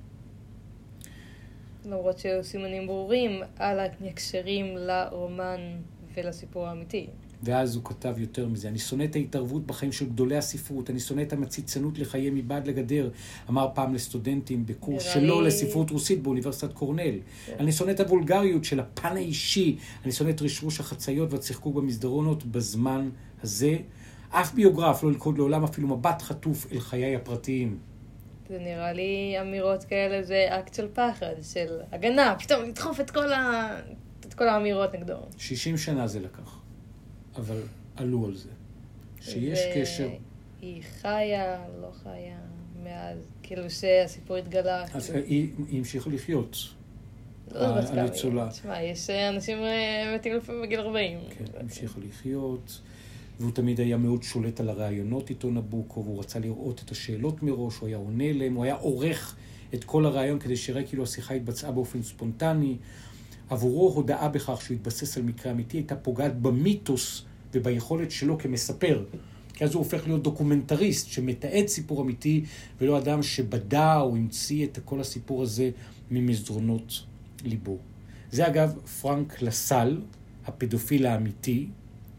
למרות שהיו סימנים ברורים על ההקשרים לרומן ולסיפור האמיתי. ואז הוא כתב יותר מזה, אני שונא את ההתערבות בחיים של גדולי הספרות, אני שונא את המציצנות לחיי מבעד לגדר, אמר פעם לסטודנטים בקורס שלו לספרות רוסית באוניברסיטת קורנל. אני שונא את הוולגריות של הפן האישי, אני שונא את רשרוש החצאיות והצחקוק במסדרונות בזמן הזה. אף ביוגרף לא ילכוד לעולם אפילו מבט חטוף אל חיי הפרטיים. זה נראה לי אמירות כאלה, זה אקט של פחד, של הגנה, פתאום לדחוף את כל האמירות נגדו. 60 שנה זה לקח. אבל עלו על זה. שיש קשר. היא חיה, לא חיה, מאז, כאילו שהסיפור התגלה. אז היא המשיכה לחיות. לא הניצולה. תשמע, יש אנשים מתים לפעמים בגיל 40. כן, המשיכה לחיות. והוא תמיד היה מאוד שולט על הרעיונות איתו נבוקוב, והוא רצה לראות את השאלות מראש, הוא היה עונה להם, הוא היה עורך את כל הרעיון כדי שיראה כאילו השיחה התבצעה באופן ספונטני. עבורו הודעה בכך שהוא התבסס על מקרה אמיתי, הייתה פוגעת במיתוס וביכולת שלו כמספר. כי אז הוא הופך להיות דוקומנטריסט שמתעד סיפור אמיתי, ולא אדם שבדע או המציא את כל הסיפור הזה ממסדרונות ליבו. זה אגב פרנק לסל, הפדופיל האמיתי,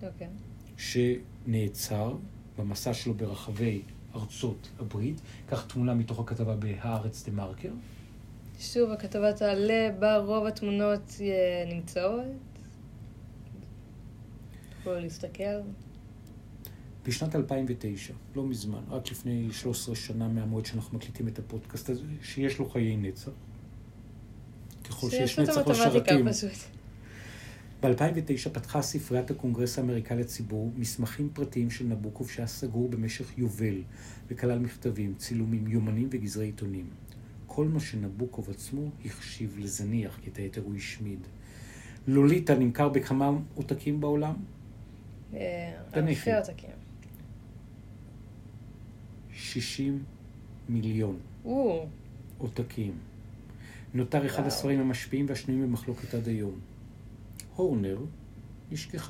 שנעצר במסע שלו ברחבי ארצות הברית. כך תמונה מתוך הכתבה בהארץ דה מרקר. שוב, הכתבה תעלה, בה רוב התמונות נמצאות. תוכלו להסתכל. בשנת 2009, לא מזמן, רק לפני 13 שנה מהמועד שאנחנו מקליטים את הפודקאסט הזה, שיש לו חיי נצח. ככל שיש נצח לשרתים. ב-2009 פתחה ספריית הקונגרס האמריקאי לציבור מסמכים פרטיים של נבוקוב שהיה סגור במשך יובל, וכלל מכתבים, צילומים, יומנים וגזרי עיתונים. כל מה שנבוקוב עצמו החשיב לזניח, כי את היתר הוא השמיד. לוליטה נמכר בכמה עותקים בעולם? אלפי עותקים. 60 מיליון עותקים. נותר אחד הספרים המשפיעים והשנויים במחלוקת עד היום. הורנר נשכחה.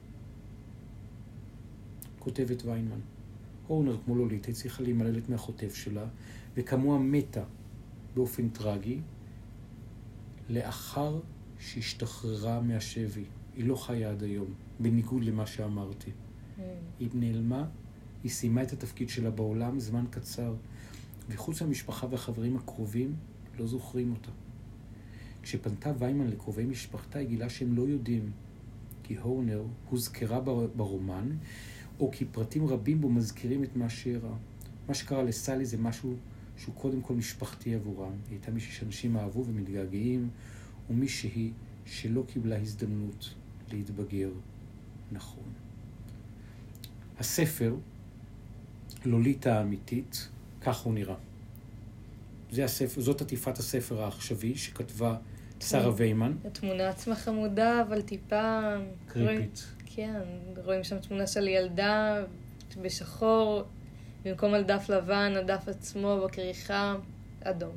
כותבת ויינמן. הורנר, כמו לוליטה, הצליחה להימללת מהחוטף שלה, וכמוה מתה באופן טרגי, לאחר שהשתחררה מהשבי. היא לא חיה עד היום, בניגוד למה שאמרתי. היא נעלמה, היא סיימה את התפקיד שלה בעולם זמן קצר, וחוץ מהמשפחה והחברים הקרובים, לא זוכרים אותה. כשפנתה ויימן לקרובי משפחתה, היא גילה שהם לא יודעים, כי הורנר הוזכרה ברומן, או כי פרטים רבים בו מזכירים את מה שאירע. מה שקרה לסלי זה משהו שהוא קודם כל משפחתי עבורם. היא הייתה מישהי שאנשים אהבו ומתגעגעים, ומישהי שלא קיבלה הזדמנות להתבגר נכון. הספר, לוליטה האמיתית, כך הוא נראה. זאת עטיפת הספר העכשווי שכתבה שרה ויימן. התמונה עצמה חמודה, אבל טיפה... קריפית. כן, רואים שם תמונה של ילדה בשחור, במקום על דף לבן, הדף עצמו בכריכה, אדום.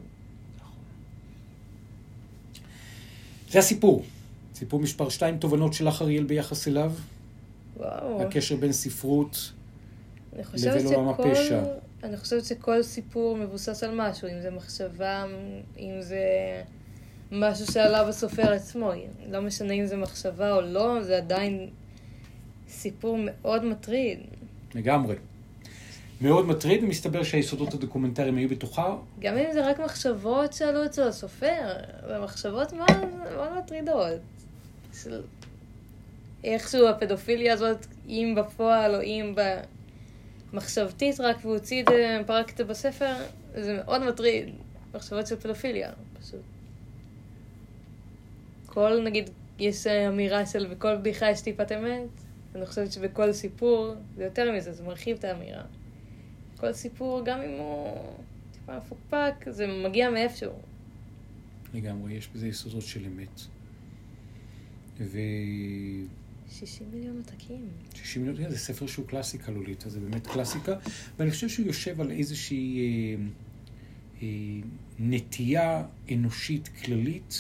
זה הסיפור. סיפור מספר 2, תובנות שלך אריאל ביחס אליו. וואו. הקשר בין ספרות לבין עולם הפשע. אני חושבת שכל סיפור מבוסס על משהו, אם זה מחשבה, אם זה משהו שעלה בסופר עצמו. לא משנה אם זה מחשבה או לא, זה עדיין סיפור מאוד מטריד. לגמרי. מאוד מטריד, ומסתבר שהיסודות הדוקומנטריים היו בתוכה. גם אם זה רק מחשבות שעלו אצל הסופר, זה מחשבות מאוד מטרידות. איכשהו הפדופיליה הזאת, אם בפועל או אם במחשבתית רק, והוא הוציא את זה, פרק את זה בספר, זה מאוד מטריד. מחשבות של פדופיליה, פשוט. כל, נגיד, יש אמירה של בכל בדיחה יש טיפת אמת, אני חושבת שבכל סיפור, זה יותר מזה, זה מרחיב את האמירה. כל סיפור, גם אם הוא טיפה מפוקפק, זה מגיע מאיפשהו. לגמרי, יש בזה יסודות של אמת. 60 מיליון עותקים. 60 מיליון, זה ספר שהוא קלאסיקה, לוליטה, זה באמת קלאסיקה, ואני חושב שהוא יושב על איזושהי נטייה אנושית כללית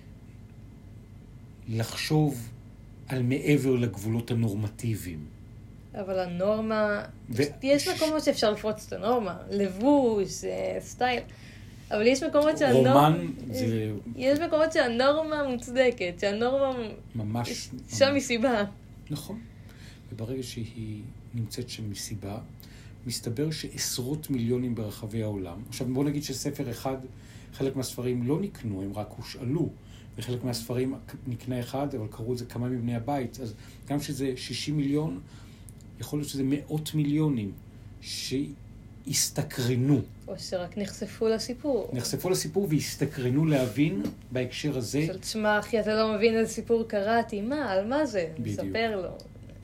לחשוב על מעבר לגבולות הנורמטיביים. אבל הנורמה, יש מקומות שאפשר לפרוץ את הנורמה, לבוש, סטייל, אבל יש מקומות יש מקומות שהנורמה מוצדקת, שהנורמה ממש שם מסיבה. נכון. וברגע שהיא נמצאת שם מסיבה, מסתבר שעשרות מיליונים ברחבי העולם. עכשיו בוא נגיד שספר אחד, חלק מהספרים לא נקנו, הם רק הושאלו. וחלק מהספרים נקנה אחד, אבל קראו את זה כמה מבני הבית. אז גם שזה 60 מיליון, יכול להיות שזה מאות מיליונים שהסתקרנו. או שרק נחשפו לסיפור. נחשפו לסיפור והסתקרנו להבין בהקשר הזה. של תשמע, אחי, אתה לא מבין איזה סיפור קראתי. מה? על מה זה? בדיוק. מספר לו.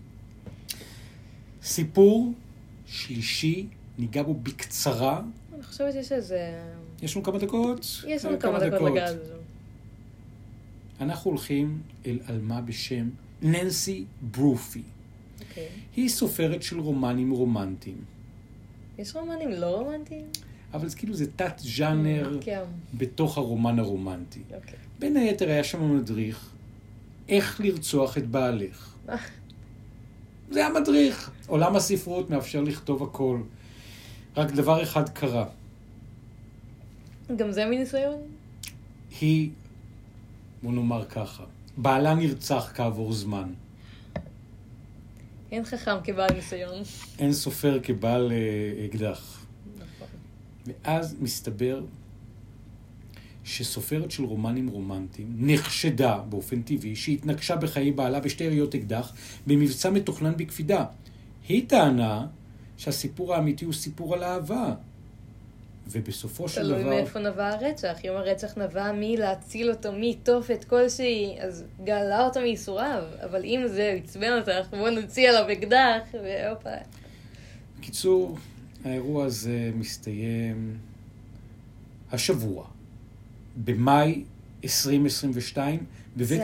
סיפור שלישי, ניגע בו בקצרה. אני חושבת שיש איזה... יש לנו כמה דקות? יש לנו כמה דקות לגעת בזה. אנחנו הולכים אל אלמה בשם ננסי ברופי. אוקיי. היא סופרת של רומנים רומנטיים. יש רומנים לא רומנטיים? אבל זה כאילו זה תת-ז'אנר בתוך הרומן הרומנטי. אוקיי. בין היתר היה שם מדריך איך לרצוח את בעלך. זה המדריך. עולם הספרות מאפשר לכתוב הכל. רק דבר אחד קרה. גם זה מניסיון? היא, בוא נאמר ככה, בעלה נרצח כעבור זמן. אין חכם כבעל ניסיון. אין סופר כבעל אקדח. נכון. ואז מסתבר שסופרת של רומנים רומנטיים נחשדה באופן טבעי שהתנקשה בחיי בעלה בשתי יריות אקדח במבצע מתוכנן בקפידה. היא טענה שהסיפור האמיתי הוא סיפור על אהבה. ובסופו של דבר... תלוי מאיפה נבע הרצח. אם הרצח נבע להציל אותו מתופת כלשהי, אז גלה אותו מייסוריו. אבל אם זה עצבן אותך, בוא נוציא עליו אקדח, ואופה. בקיצור, האירוע הזה מסתיים השבוע, במאי 2022, בבית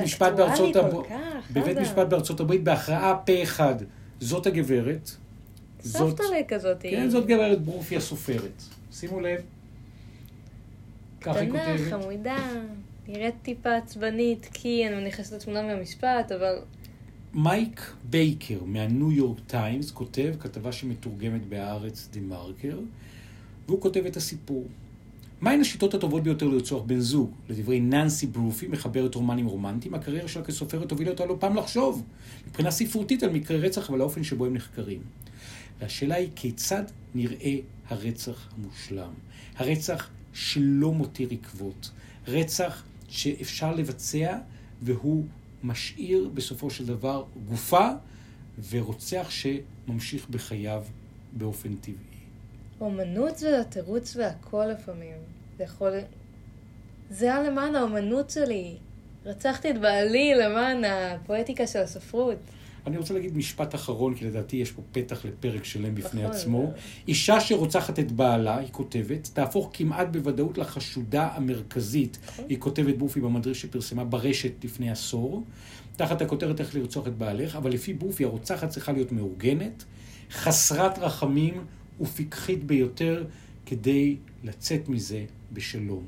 משפט בארצות הברית, בהכרעה פה אחד. זאת הגברת. סבתא לי כזאת. כן, זאת גברת ברופי הסופרת. שימו לב. ככה היא כותבת. קטנה, חמודה, נראית טיפה עצבנית, כי אני מניחת את התמונה מהמשפט, אבל... מייק בייקר מהניו יורק טיימס כותב כתבה שמתורגמת בהארץ דה מרקר, והוא כותב את הסיפור. מהן השיטות הטובות ביותר לרצוח בן זוג? לדברי ננסי ברופי, מחברת רומנים רומנטיים, הקריירה שלה כסופרת הובילה אותה לא פעם לחשוב, מבחינה ספרותית על מקרי רצח ועל האופן שבו הם נחקרים. והשאלה היא כיצד נראה הרצח המושלם. הרצח שלא מותיר עקבות. רצח שאפשר לבצע והוא משאיר בסופו של דבר גופה ורוצח שממשיך בחייו באופן טבעי. אומנות זה התירוץ והכל לפעמים. זה יכול... זה היה למען האומנות שלי. רצחתי את בעלי למען הפואטיקה של הספרות. אני רוצה להגיד משפט אחרון, כי לדעתי יש פה פתח לפרק שלם בפני עצמו. אישה שרוצחת את בעלה, היא כותבת, תהפוך כמעט בוודאות לחשודה המרכזית. היא כותבת ברופי במדריך שפרסמה ברשת לפני עשור, תחת הכותרת איך לרצוח את בעלך, אבל לפי ברופי הרוצחת צריכה להיות מאורגנת, חסרת רחמים ופיקחית ביותר, כדי לצאת מזה בשלום.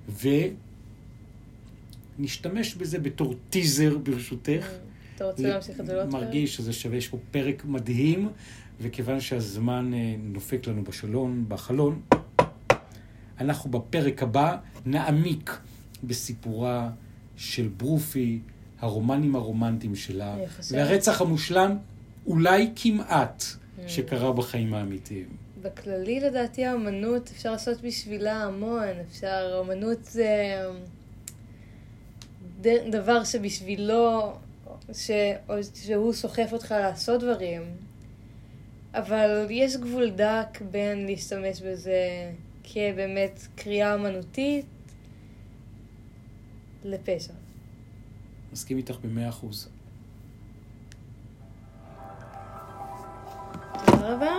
ונשתמש בזה בתור טיזר ברשותך. אתה רוצה להמשיך את זה לא יותר? מרגיש שזה שווה, יש פה פרק מדהים, וכיוון שהזמן נופק לנו בחלון, אנחנו בפרק הבא נעמיק בסיפורה של ברופי, הרומנים הרומנטיים שלה, והרצח המושלם אולי כמעט שקרה בחיים האמיתיים. בכללי לדעתי האמנות אפשר לעשות בשבילה המון, האמנות זה דבר שבשבילו, שהוא סוחף אותך לעשות דברים, אבל יש גבול דק בין להשתמש בזה כבאמת קריאה אמנותית לפשע. מסכים איתך ב100%. תודה רבה.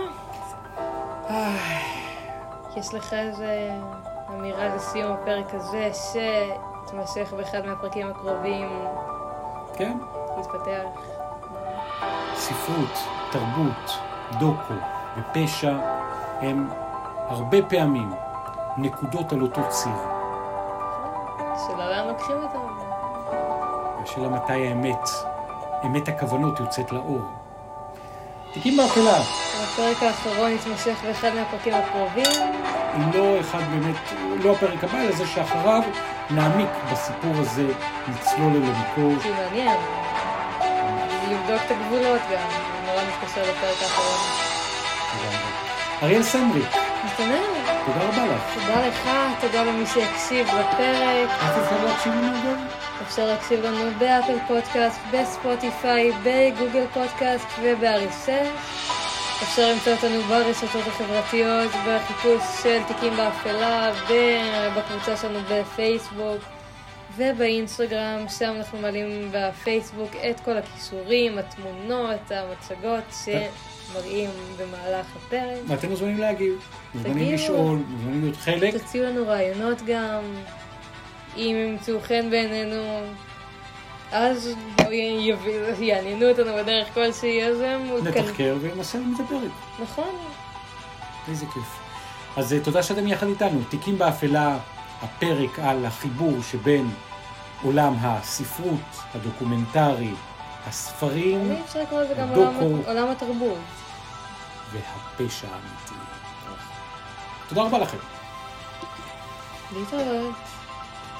יש לך איזה אמירה לסיום הפרק הזה שתמשך באחד מהפרקים הקרובים? כן. התפתח. ספרות, תרבות, דוקו ופשע הם הרבה פעמים נקודות על אותו ציר. שאלה לאן לוקחים אותם? השאלה מתי אמת הכוונות יוצאת לאור. תיקים באפלה. הפרק האחרון יתמשך באחד מהפרקים הקרובים. אם לא אחד באמת, לא הפרק הבא, אלא זה שאחריו נעמיק בסיפור הזה, נצלול אל עומקו. כי מעניין. לבדוק את הגבולות גם. נורא מתקשר לפרק האחרון. אריאל סנדריק. מסתנן. תודה רבה לך. תודה לך, תודה למי שהקשיב לפרק. איפה אפשר להקשיב לנו גם? אפשר להקשיב לנו באפל פודקאסט, בספוטיפיי, בגוגל פודקאסט ובRSS. אפשר למצוא אותנו ברשתות החברתיות, בחיפוש של תיקים באפלה, בקבוצה שלנו בפייסבוק ובאינסטגרם, שם אנחנו מעלים בפייסבוק את כל הכישורים, התמונות, המצגות שמראים במהלך הפרק. ואתם מוזמנים להגיב, מוזמנים לשאול, מוזמנים להיות חלק. תציעו לנו רעיונות גם, אם ימצאו חן בעינינו, אז יעניינו אותנו בדרך כלשהי, אז הם... נתחקר וננסה למדברת. נכון. איזה כיף. אז תודה שאתם יחד איתנו. תיקים באפלה, הפרק על החיבור שבין עולם הספרות, הדוקומנטרי, הספרים, אני אפשר לקרוא לזה גם עולם התרבות. והפשע האמיתי. תודה רבה לכם. להתראות.